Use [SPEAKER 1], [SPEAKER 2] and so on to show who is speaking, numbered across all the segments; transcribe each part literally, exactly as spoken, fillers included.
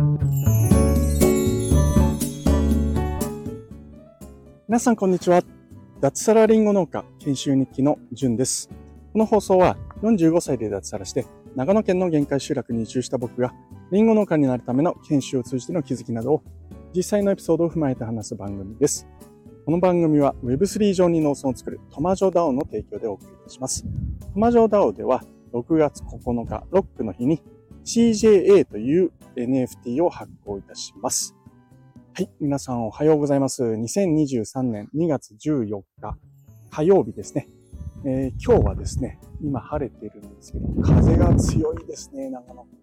[SPEAKER 1] 皆さんこんにちは。脱サラリンゴ農家研修日記のじゅんです。この放送はよんじゅうごさいで脱サラして長野県の限界集落に移住した僕がリンゴ農家になるための研修を通じての気づきなどを実際のエピソードを踏まえて話す番組です。この番組は ウェブスリー 上に農村を作るトマジョダオの提供でお送りいたします。トマジョダオではろくがつここのかロックの日に シージェーエー という エヌエフティー を発行いたします。はい。皆さんおはようございます。にせんにじゅうさんねんにがつじゅうよっか火曜日ですね。えー、今日はですね、今晴れているんですけど、風が強いですね、長野。はい、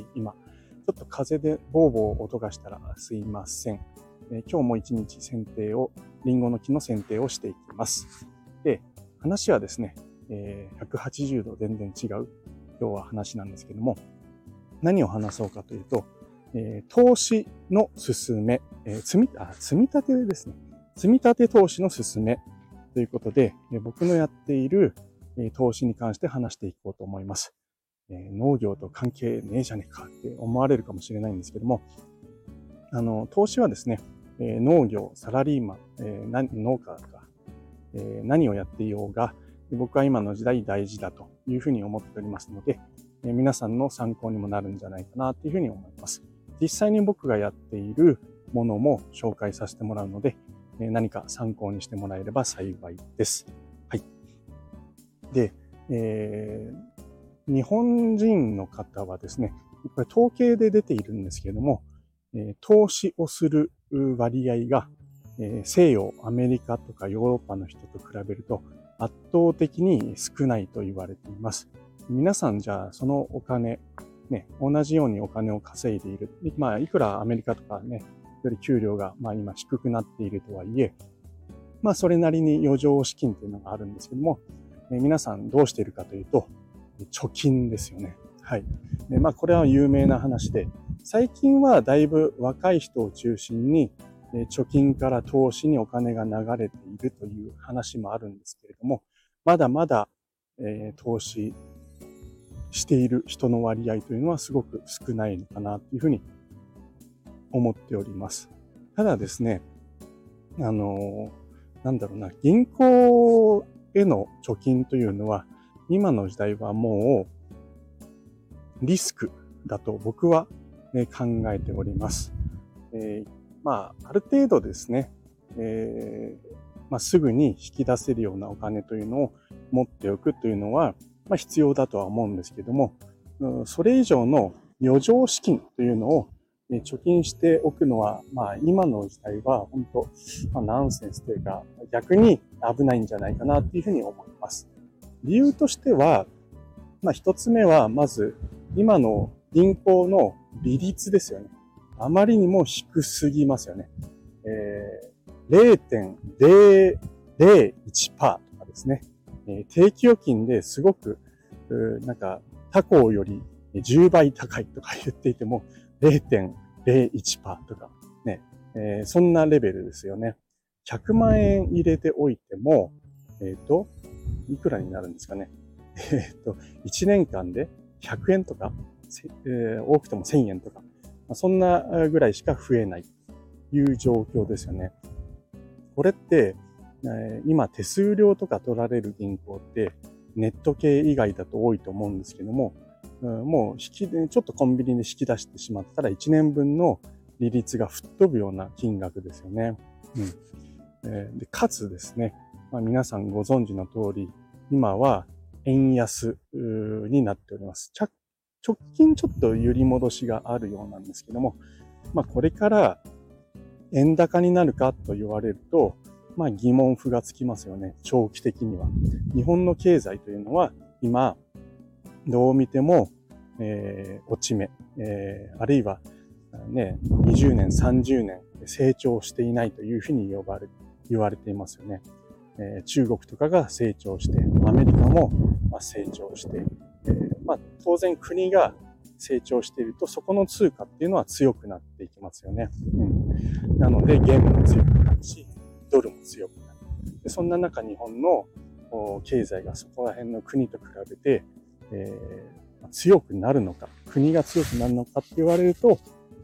[SPEAKER 1] 今。ちょっと風でボーボー音がしたらすいません。えー、今日も一日剪定を、リンゴの木の剪定をしていきます。で、話はですね、えー、ひゃくはちじゅうど全然違う今日は話なんですけども、何を話そうかというと、えー、投資の勧め、えー、積み、あ、積み立てですね。積み立て投資の勧めということで、えー、僕のやっている、えー、投資に関して話していこうと思います。えー、農業と関係ねえじゃねえかって思われるかもしれないんですけども、あの、投資はですね、えー、農業、サラリーマン、えー、農家か、えー、何をやっていようが、僕は今の時代大事だというふうに思っておりますので、えー、皆さんの参考にもなるんじゃないかなというふうに思います。実際に僕がやっているものも紹介させてもらうので、何か参考にしてもらえれば幸いです。はい。で、えー、日本人の方はですね、これ統計で出ているんですけれども、えー、投資をする割合が、えー、西洋、アメリカとかヨーロッパの人と比べると圧倒的に少ないと言われています。皆さんじゃあそのお金、ね、同じようにお金を稼いでいる。まあ、いくらアメリカとかね、より給料が、まあ今低くなっているとはいえ、まあそれなりに余剰資金というのがあるんですけども、え皆さんどうしているかというと、貯金ですよね。はい。でまあこれは有名な話で、最近はだいぶ若い人を中心に、貯金から投資にお金が流れているという話もあるんですけれども、まだまだ、えー、投資、している人の割合というのはすごく少ないのかなというふうに思っております。ただですね、あの、なんだろうな、銀行への貯金というのは今の時代はもうリスクだと僕は、ね、考えております。えー、まあ、ある程度ですね、えーまあ、すぐに引き出せるようなお金というのを持っておくというのはまあ必要だとは思うんですけども、それ以上の余剰資金というのを貯金しておくのは、まあ今の時代は本当、まあ、ナンセンスというか逆に危ないんじゃないかなというふうに思います。理由としては、まあ一つ目はまず今の銀行の利率ですよね。あまりにも低すぎますよね。えー、ゼロてんゼロゼロいちパーセント とかですね。定期預金ですごく、なんか他行よりじゅうばい高いとか言っていても ゼロてんゼロいちパーセント とかね、えー、そんなレベルですよね。ひゃくまんえん入れておいても、えっと、いくらになるんですかね。えっと、いちねんかんでひゃくえんとか、えー、多くてもせんえんとか、そんなぐらいしか増えないという状況ですよね。これって、今手数料とか取られる銀行ってネット系以外だと多いと思うんですけども、もう引きでちょっとコンビニで引き出してしまったらいちねんぶんの利率が吹っ飛ぶような金額ですよね。うん、でかつですね、まあ、皆さんご存知の通り今は円安になっております。直近ちょっと揺り戻しがあるようなんですけども、まあ、これから円高になるかと言われるとまあ疑問符がつきますよね。長期的には。日本の経済というのは今、どう見ても、えー、落ち目、えー、あるいは、ね、にじゅうねん、さんじゅうねん成長していないというふうに呼ばれ、言われていますよね。えー、中国とかが成長して、アメリカも成長して、えーまあ、当然国が成長していると、そこの通貨っていうのは強くなっていきますよね。うん、なので、元も強くなるし、ドルも強くなる。でそんな中、日本の経済がそこら辺の国と比べて、えー、強くなるのか、国が強くなるのかって言われると、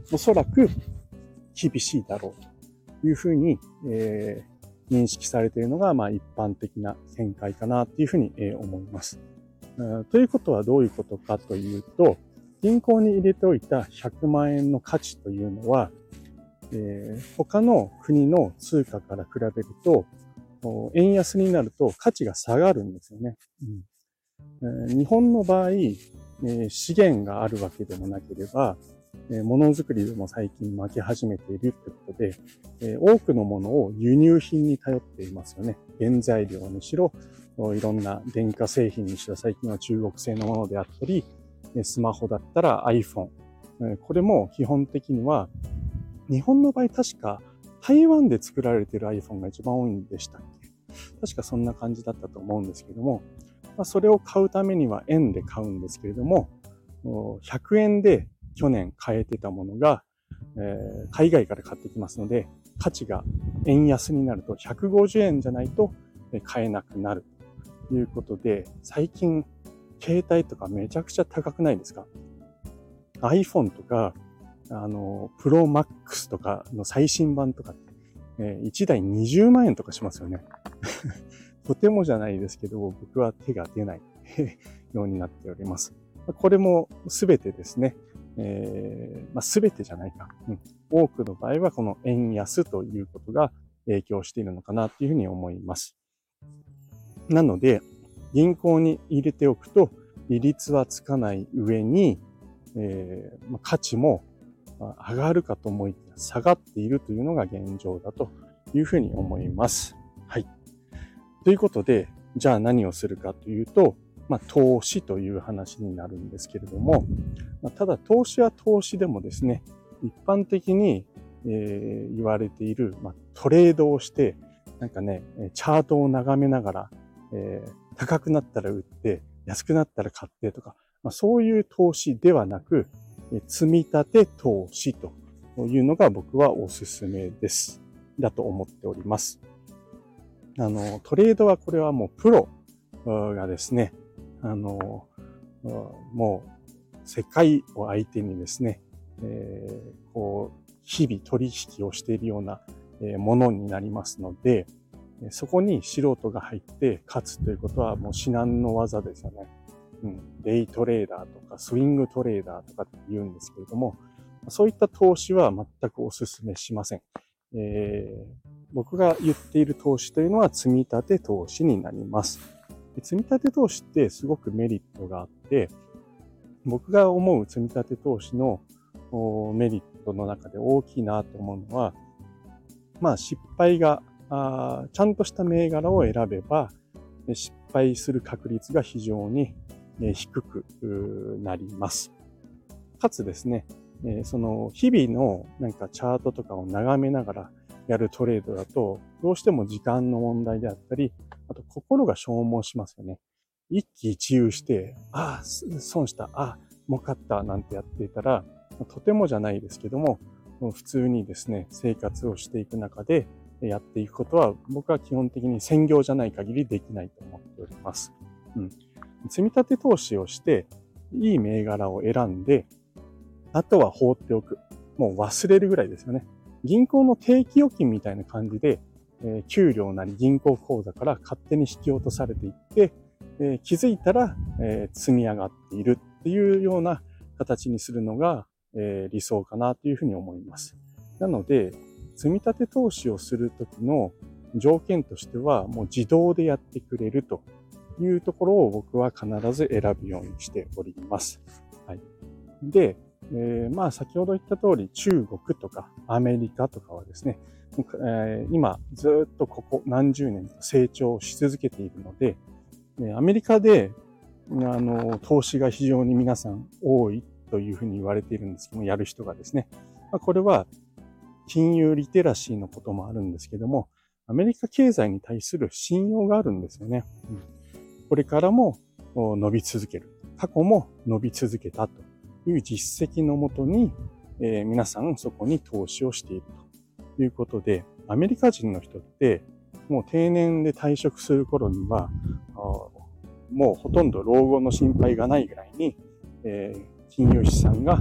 [SPEAKER 1] おそらく厳しいだろうというふうに、えー、認識されているのが、まあ、一般的な見解かなというふうに、えー、思います。ということはどういうことかというと、銀行に入れておいたひゃくまんえんの価値というのは、えー、他の国の通貨から比べると、円安になると価値が下がるんですよね。うんえー、日本の場合、えー、資源があるわけでもなければ、えー、ものづくりでも最近負け始めているということで、えー、多くのものを輸入品に頼っていますよね。原材料にしろ、いろんな電化製品にしろ、最近は中国製のものであったり、スマホだったら iPhone。これも基本的には、日本の場合確か台湾で作られている iPhone が一番多いんでしたっけ？確かそんな感じだったと思うんですけども、まあ、それを買うためには円で買うんですけれども、ひゃくえんで去年買えてたものが、えー、海外から買ってきますので、価値が円安になるとひゃくごじゅうえんじゃないと買えなくなるということで、最近携帯とかめちゃくちゃ高くないですか？ iPhone とか、あの、プロマックスとかの最新版とかって、えー、いちだいにじゅうまんえんとかしますよね。とてもじゃないですけど、僕は手が出ないようになっております。これもすべてですね、えー、まあ、すべてじゃないか、うん。多くの場合はこの円安ということが影響しているのかなというふうに思います。なので、銀行に入れておくと利率はつかない上に、えー、価値も上がるかと思いきや下がっているというのが現状だというふうに思います。はい。ということで、じゃあ何をするかというと、まあ、投資という話になるんですけれども、まあ、ただ投資は投資でもですね、一般的に、えー、言われている、まあ、トレードをして、なんかね、チャートを眺めながら、えー、高くなったら売って、安くなったら買ってとか、まあ、そういう投資ではなく、積み立て投資というのが僕はおすすめです。だと思っております。あの、トレードはこれはもうプロがですね、あの、もう世界を相手にですね、えー、こう、日々取引をしているようなものになりますので、そこに素人が入って勝つということはもう至難の技ですよね。うん、デイトレーダーとかスイングトレーダーとかって言うんですけれども、そういった投資は全くお勧めしません。えー、僕が言っている投資というのは積み立て投資になります。積み立て投資ってすごくメリットがあって、僕が思う積み立て投資のメリットの中で大きいなと思うのは、まあ失敗があちゃんとした銘柄を選べば失敗する確率が非常に低くなります。かつですね、その日々のなんかチャートとかを眺めながらやるトレードだと、どうしても時間の問題であったり、あと心が消耗しますよね。一喜一憂して、ああ、損した、ああ、儲かったなんてやっていたら、とてもじゃないですけども、普通にですね、生活をしていく中でやっていくことは、僕は基本的に専業じゃない限りできないと思っております。うん。積み立て投資をして、いい銘柄を選んで、あとは放っておく。もう忘れるぐらいですよね。銀行の定期預金みたいな感じで、えー、給料なり銀行口座から勝手に引き落とされていって、えー、気づいたら、えー、積み上がっているっていうような形にするのが、えー、理想かなというふうに思います。なので、積み立て投資をするときの条件としては、もう自動でやってくれるというところを僕は必ず選ぶようにしております。はい。で、えー、まあ先ほど言った通り中国とかアメリカとかはですね、えー、今ずっとここ何十年と成長し続けているので、アメリカであの投資が非常に皆さん多いというふうに言われているんですけども、やる人がですね、まあ、これは金融リテラシーのこともあるんですけども、アメリカ経済に対する信用があるんですよね。うん、これからも伸び続ける。過去も伸び続けたという実績のもとに、えー、皆さんそこに投資をしているということで、アメリカ人の人ってもう定年で退職する頃には、もうほとんど老後の心配がないぐらいに、えー、金融資産が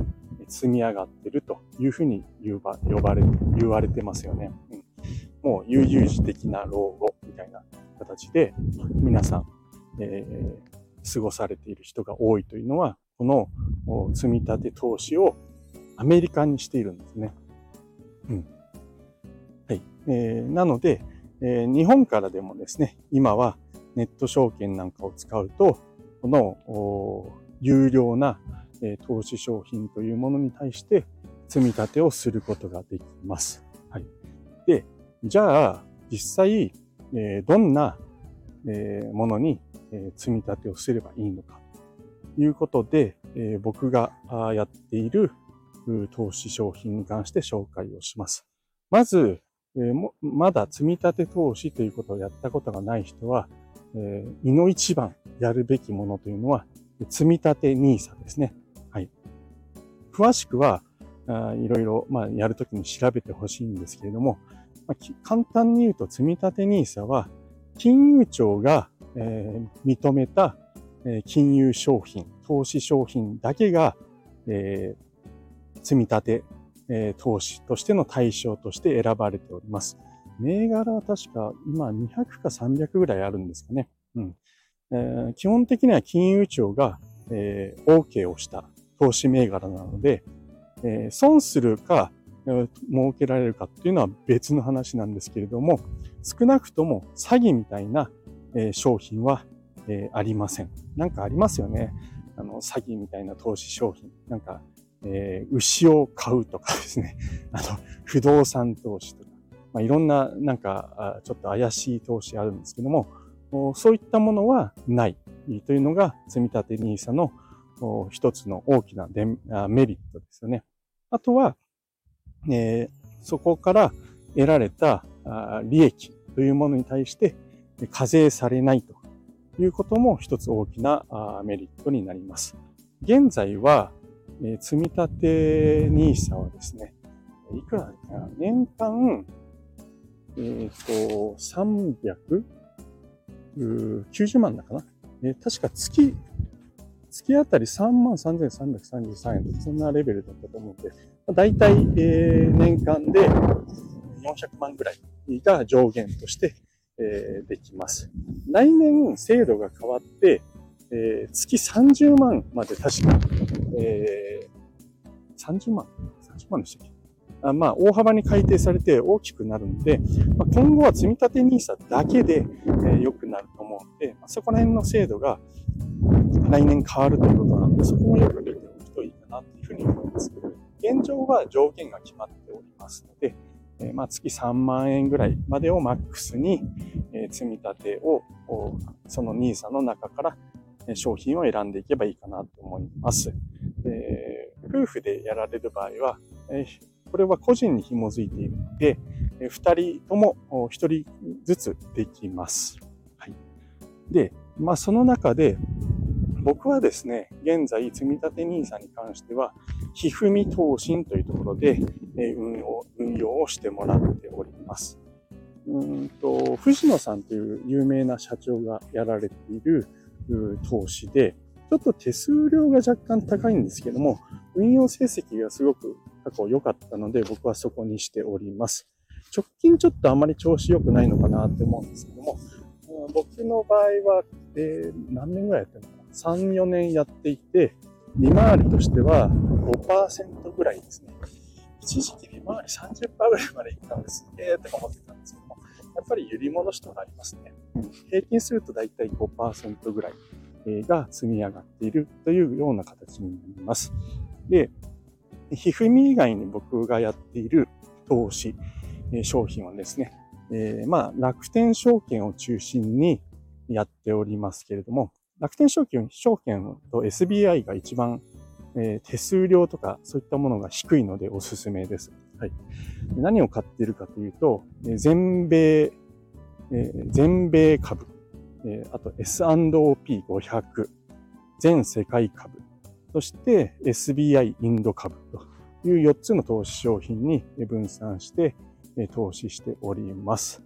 [SPEAKER 1] 積み上がっているというふうに言ば呼ばれ言われてますよね。うん、もう悠々自適な老後みたいな形で皆さん、えー、過ごされている人が多いというのは、この積み立て投資をアメリカにしているんですね。うん。はい。えー、なので、えー、日本からでもですね、今はネット証券なんかを使うと、この有料な、えー、投資商品というものに対して積み立てをすることができます。はい。で、じゃあ実際、えー、どんな、えー、ものに、えー、積み立てをすればいいのかということで、えー、僕がやっている投資商品に関して紹介をします。まず、えー、もまだ積み立て投資ということをやったことがない人は、えー、いの一番やるべきものというのは積み立て ニーサ ですね。はい。詳しくは、あいろいろ、まあ、やるときに調べてほしいんですけれども、まあ、簡単に言うと積み立て ニーサ は金融庁が、えー、認めた、えー、金融商品、投資商品だけが、えー、積み立て、えー、投資としての対象として選ばれております。銘柄は確か今にひゃくかさんびゃくぐらいあるんですかね。うんえー、基本的には金融庁が、えー、OK をした投資銘柄なので、えー、損するか、えー、儲けられるかっていうのは別の話なんですけれども、少なくとも詐欺みたいな、えー、商品は、えー、ありません。なんかありますよね。あの、詐欺みたいな投資商品。なんか、えー、牛を買うとかですね。あの、不動産投資とか。まあ、いろんな、なんか、ちょっと怪しい投資あるんですけども、そういったものはないというのが、積み立て ニーサ の一つの大きなメリットですよね。あとは、えー、そこから得られた利益というものに対して課税されないということも一つ大きなメリットになります。現在は、積み立て ニーサ はですね、いくらだっけな、年間、えっと、さんびゃくきゅうじゅうまんだかな、えー、確か月、月あたりさんまんさんぜんさんびゃくさんじゅうさんえんとか、そんなレベルだったと思うので、だいたい、えー、年間でよんひゃくまんぐらいが上限として、えー、できます。来年制度が変わって、えー、月さんじゅうまんまで確か、えー、さんじゅうまん ?さんじゅうまんでしたっけ？あまあ、大幅に改定されて大きくなるので、まあ、今後は積み立て ニーサ だけで、えー、良くなると思うので、まあ、そこら辺の制度が来年変わるということなので、そこもよく見ておくといいかなというふうに思います。現状は条件が決まっておりますので、えー、まあ月さんまんえんぐらいまでをマックスに、えー、積み立てを、その ニーサ の中から商品を選んでいけばいいかなと思います。えー、夫婦でやられる場合は、えーこれは個人に紐づいているので、二人とも一人ずつできます。はい。で、まあその中で、僕はですね、現在積み立て ニーサ に関しては、ひふみ投信というところで運用、運用をしてもらっております。うんと、藤野さんという有名な社長がやられている投資で、ちょっと手数料が若干高いんですけども、運用成績がすごく過去良かったので、僕はそこにしております。直近ちょっとあまり調子良くないのかなって思うんですけども、僕の場合は、えー、何年ぐらいやってるのかな ?さん、よねんやっていて、利回りとしては ごパーセント ぐらいですね。一時期利回り さんじゅっパーセント ぐらいまでいったんです。えーって思ってたんですけども、やっぱり揺り戻しとかありますね。平均するとだいたい ごパーセント ぐらいが積み上がっているというような形になります。で、ひふみ以外に僕がやっている投資、商品はですね、えー、まあ楽天証券を中心にやっておりますけれども、楽天証券、証券と エスビーアイ が一番、えー、手数料とかそういったものが低いのでおすすめです。はい。何を買っているかというと、全米、えー、全米株、えー、あと エスアンドオーピーごひゃく、全世界株、そして エスビーアイ インド株というよっつの投資商品に分散して投資しております。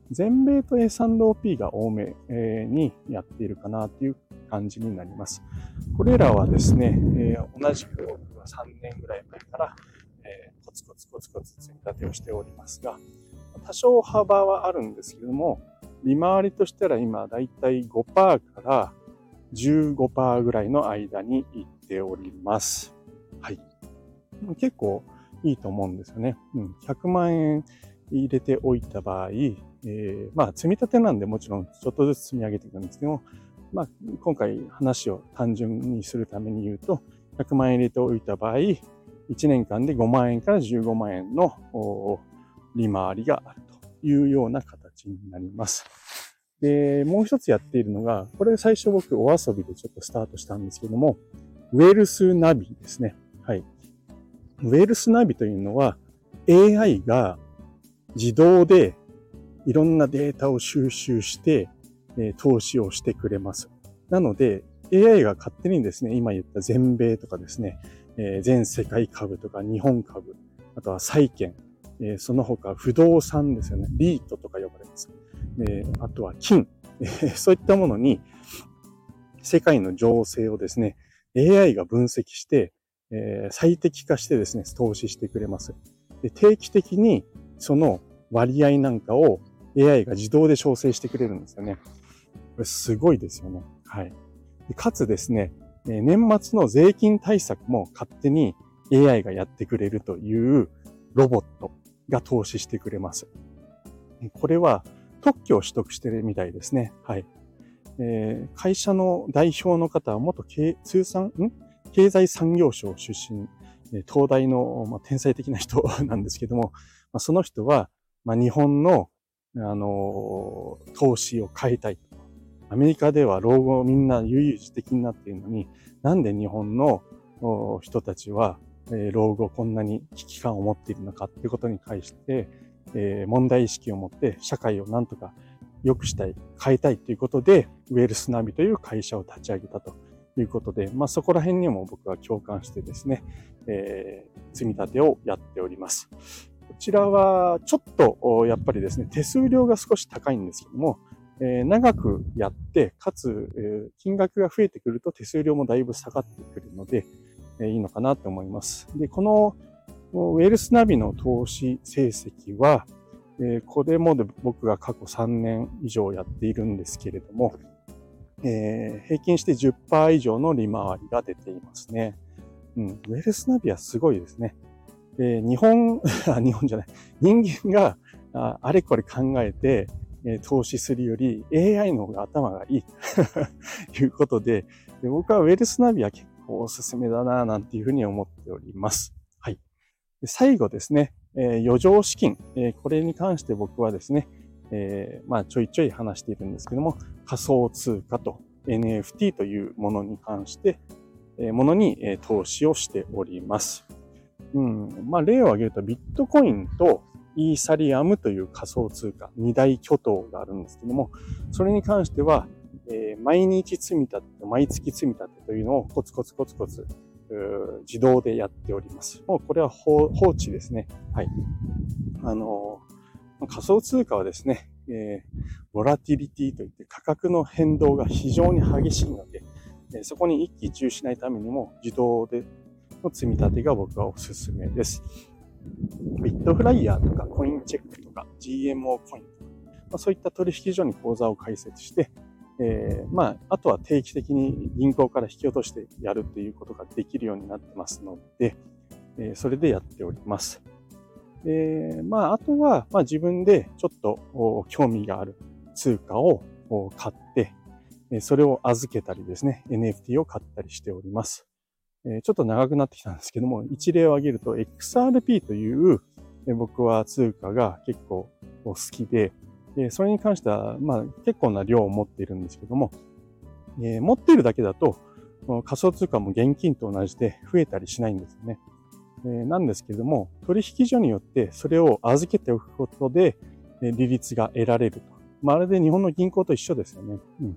[SPEAKER 1] 全米と エスアンドピー が多めにやっているかなという感じになります。これらはですね、同じく僕はさんねんぐらい前からコツコツコツコツ積み立てをしておりますが、多少幅はあるんですけれども、利回りとしたら今だいたい ごパーセント から じゅうごパーセント ぐらいの間にいっております。はい。結構いいと思うんですよね。うん、ひゃくまんえん入れておいた場合、えー、まあ積み立てなんでもちろんちょっとずつ積み上げていくんですけども、まあ今回話を単純にするために言うと、ひゃくまんえん入れておいた場合、いちねんかんでごまんえんからじゅうごまんえんの利回りがあるというような形になります。で、もう一つやっているのが、これ最初僕お遊びでちょっとスタートしたんですけども、ウェルスナビですね。はい。ウェルスナビというのは エーアイ が自動でいろんなデータを収集して、えー、投資をしてくれます。なので エーアイ が勝手にですね、今言った全米とかですね、えー、全世界株とか日本株、あとは債券、えー、その他不動産ですよね。リートとか呼ばれます。えー、あとは金、えー、そういったものに世界の情勢をですね、エーアイ が分析して、えー、最適化してですね、投資してくれます。で、定期的にその割合なんかを エーアイ が自動で調整してくれるんですよね。これすごいですよね。はい。でかつですね、年末の税金対策も勝手に エーアイ がやってくれるというロボットが投資してくれます。これは特許を取得してるみたいですね。はい。えー、会社の代表の方は元経通産ん経済産業省出身、東大の、まあ、天才的な人なんですけども、まあ、その人は、まあ、日本の、あのー、投資を変えたい。アメリカでは老後みんな悠々自適になっているのに、なんで日本の人たちは、えー、老後こんなに危機感を持っているのかっていうことに対して、えー、問題意識を持って社会をなんとか良くしたい、変えたいということで、ウェルスナビという会社を立ち上げたということで、まあそこら辺にも僕は共感してですね、えー、積み立てをやっております。こちらはちょっとやっぱりですね、手数料が少し高いんですけども、えー、長くやって、かつ、えー、金額が増えてくると手数料もだいぶ下がってくるので、えー、いいのかなと思います。で、このウェルスナビの投資成績は、えー、これもで僕が過去さんねん以上やっているんですけれども、えー、平均して じゅっパーセント 以上の利回りが出ていますね。うん、ウェルスナビはすごいですね。えー、日本、日本じゃない、人間が あ, あれこれ考えて、えー、投資するより エーアイ の方が頭がいいということで、で、僕はウェルスナビは結構おすすめだななんていうふうに思っております。はい。で最後ですね、えー、余剰資金、えー、これに関して僕はですね、えー、まあちょいちょい話しているんですけども、仮想通貨と エヌエフティー というものに関して、えー、ものに、えー、投資をしております。うん、まあ例を挙げるとビットコインとイーサリアムという仮想通貨、二大巨頭があるんですけども、それに関しては、えー、毎日積み立て、毎月積み立てというのをコツコツコツコツ自動でやっております。もうこれは放置ですね。はい。あの、仮想通貨はですね、えー、ボラティリティといって価格の変動が非常に激しいので、えー、そこに一喜一憂しないためにも自動での積み立てが僕はおすすめです。ビットフライヤーとかコインチェックとか ジーエムオー コインとか、まあ、そういった取引所に口座を開設して、えー、まあ、あとは定期的に銀行から引き落としてやるということができるようになってますので、えー、それでやっております。えー、まあ、あとは、まあ、自分でちょっと興味がある通貨を買って、それを預けたりですね、エヌエフティー を買ったりしております。えー、ちょっと長くなってきたんですけども、一例を挙げると エックスアールピー という僕は通貨が結構好きで、それに関しては、まあ、結構な量を持っているんですけども、えー、持っているだけだと、仮想通貨も現金と同じで増えたりしないんですよね。えー、なんですけれども、取引所によってそれを預けておくことで、利率が得られると。まるで日本の銀行と一緒ですよね。うん、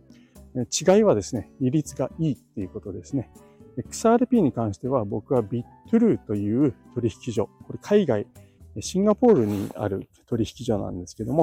[SPEAKER 1] 違いはですね、利率がいいっていうことですね。エックスアールピー に関しては僕はビットルーという取引所、これ海外、シンガポールにある取引所なんですけども、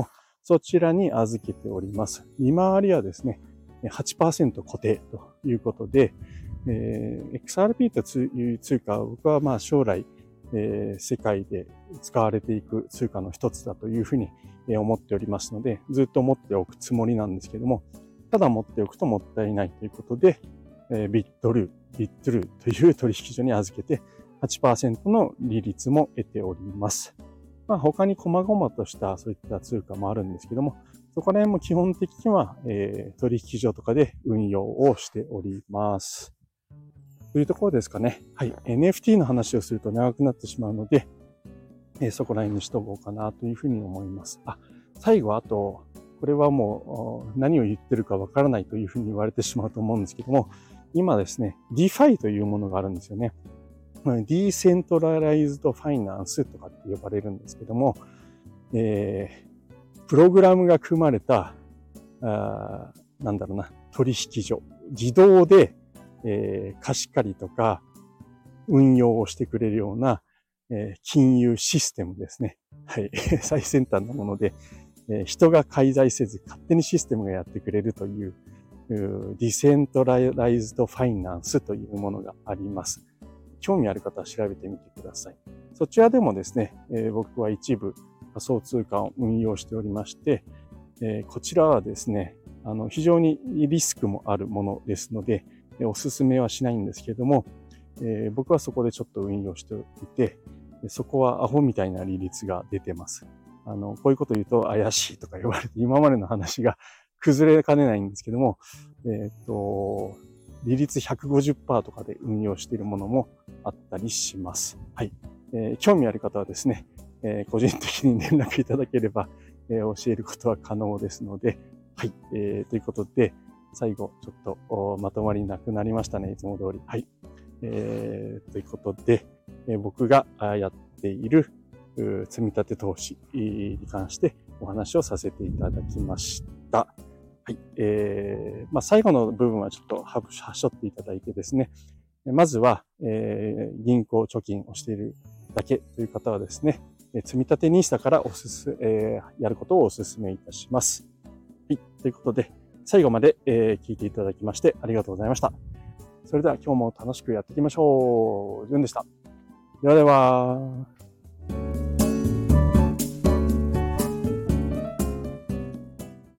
[SPEAKER 1] そちらに預けております。利回りはですね、はちパーセント 固定ということで、えー、エックスアールピー という通貨は僕はまあ将来、えー、世界で使われていく通貨の一つだというふうに思っておりますので、ずっと持っておくつもりなんですけども、ただ持っておくともったいないということで、えー、ビットルー、ビットルーという取引所に預けて はちパーセント の利率も得ております。まあ他に細々としたそういった通貨もあるんですけども、そこら辺も基本的には、えー、取引所とかで運用をしております。というところですかね。はい。エヌエフティー の話をすると長くなってしまうので、えー、そこら辺にしとこうかなというふうに思います。あ、最後あと、これはもう何を言ってるかわからないというふうに言われてしまうと思うんですけども、今ですね、ディファイ というものがあるんですよね。ディーセントラライズドファイナンスとかって呼ばれるんですけども、えー、プログラムが組まれた、あなんだろうな、取引所、自動で、えー、貸し借りとか運用をしてくれるような、えー、金融システムですね。はい。最先端のもので、えー、人が介在せず勝手にシステムがやってくれるという、ディセントライズドファイナンスというものがあります。興味ある方は調べてみてください。そちらでもですね、えー、僕は一部仮想通貨を運用しておりまして、えー、こちらはですね、あの非常にリスクもあるものですので、おすすめはしないんですけれども、えー、僕はそこでちょっと運用していて、そこはアホみたいな利率が出てます。あの、こういうこと言うと怪しいとか言われて、今までの話が崩れかねないんですけども、えっと、利率 ひゃくごじゅっパーセント とかで運用しているものもあったりします。はい。えー、興味ある方はですね、えー、個人的に連絡いただければ、えー、教えることは可能ですので、はい。えー、ということで、最後、ちょっとまとまりなくなりましたね、いつも通り。はい。えー、ということで、えー、僕がやっている積み立て投資に関してお話をさせていただきました。はい。えー、まあ、最後の部分はちょっとはしょっていただいてですね、まずは、えー、銀行貯金をしているだけという方はですね、積み立てニーサからおすす、えー、やることをお勧めいたします。はい。ということで、最後まで、えー、聞いていただきましてありがとうございました。それでは今日も楽しくやっていきましょう。じゅんでした。ではでは。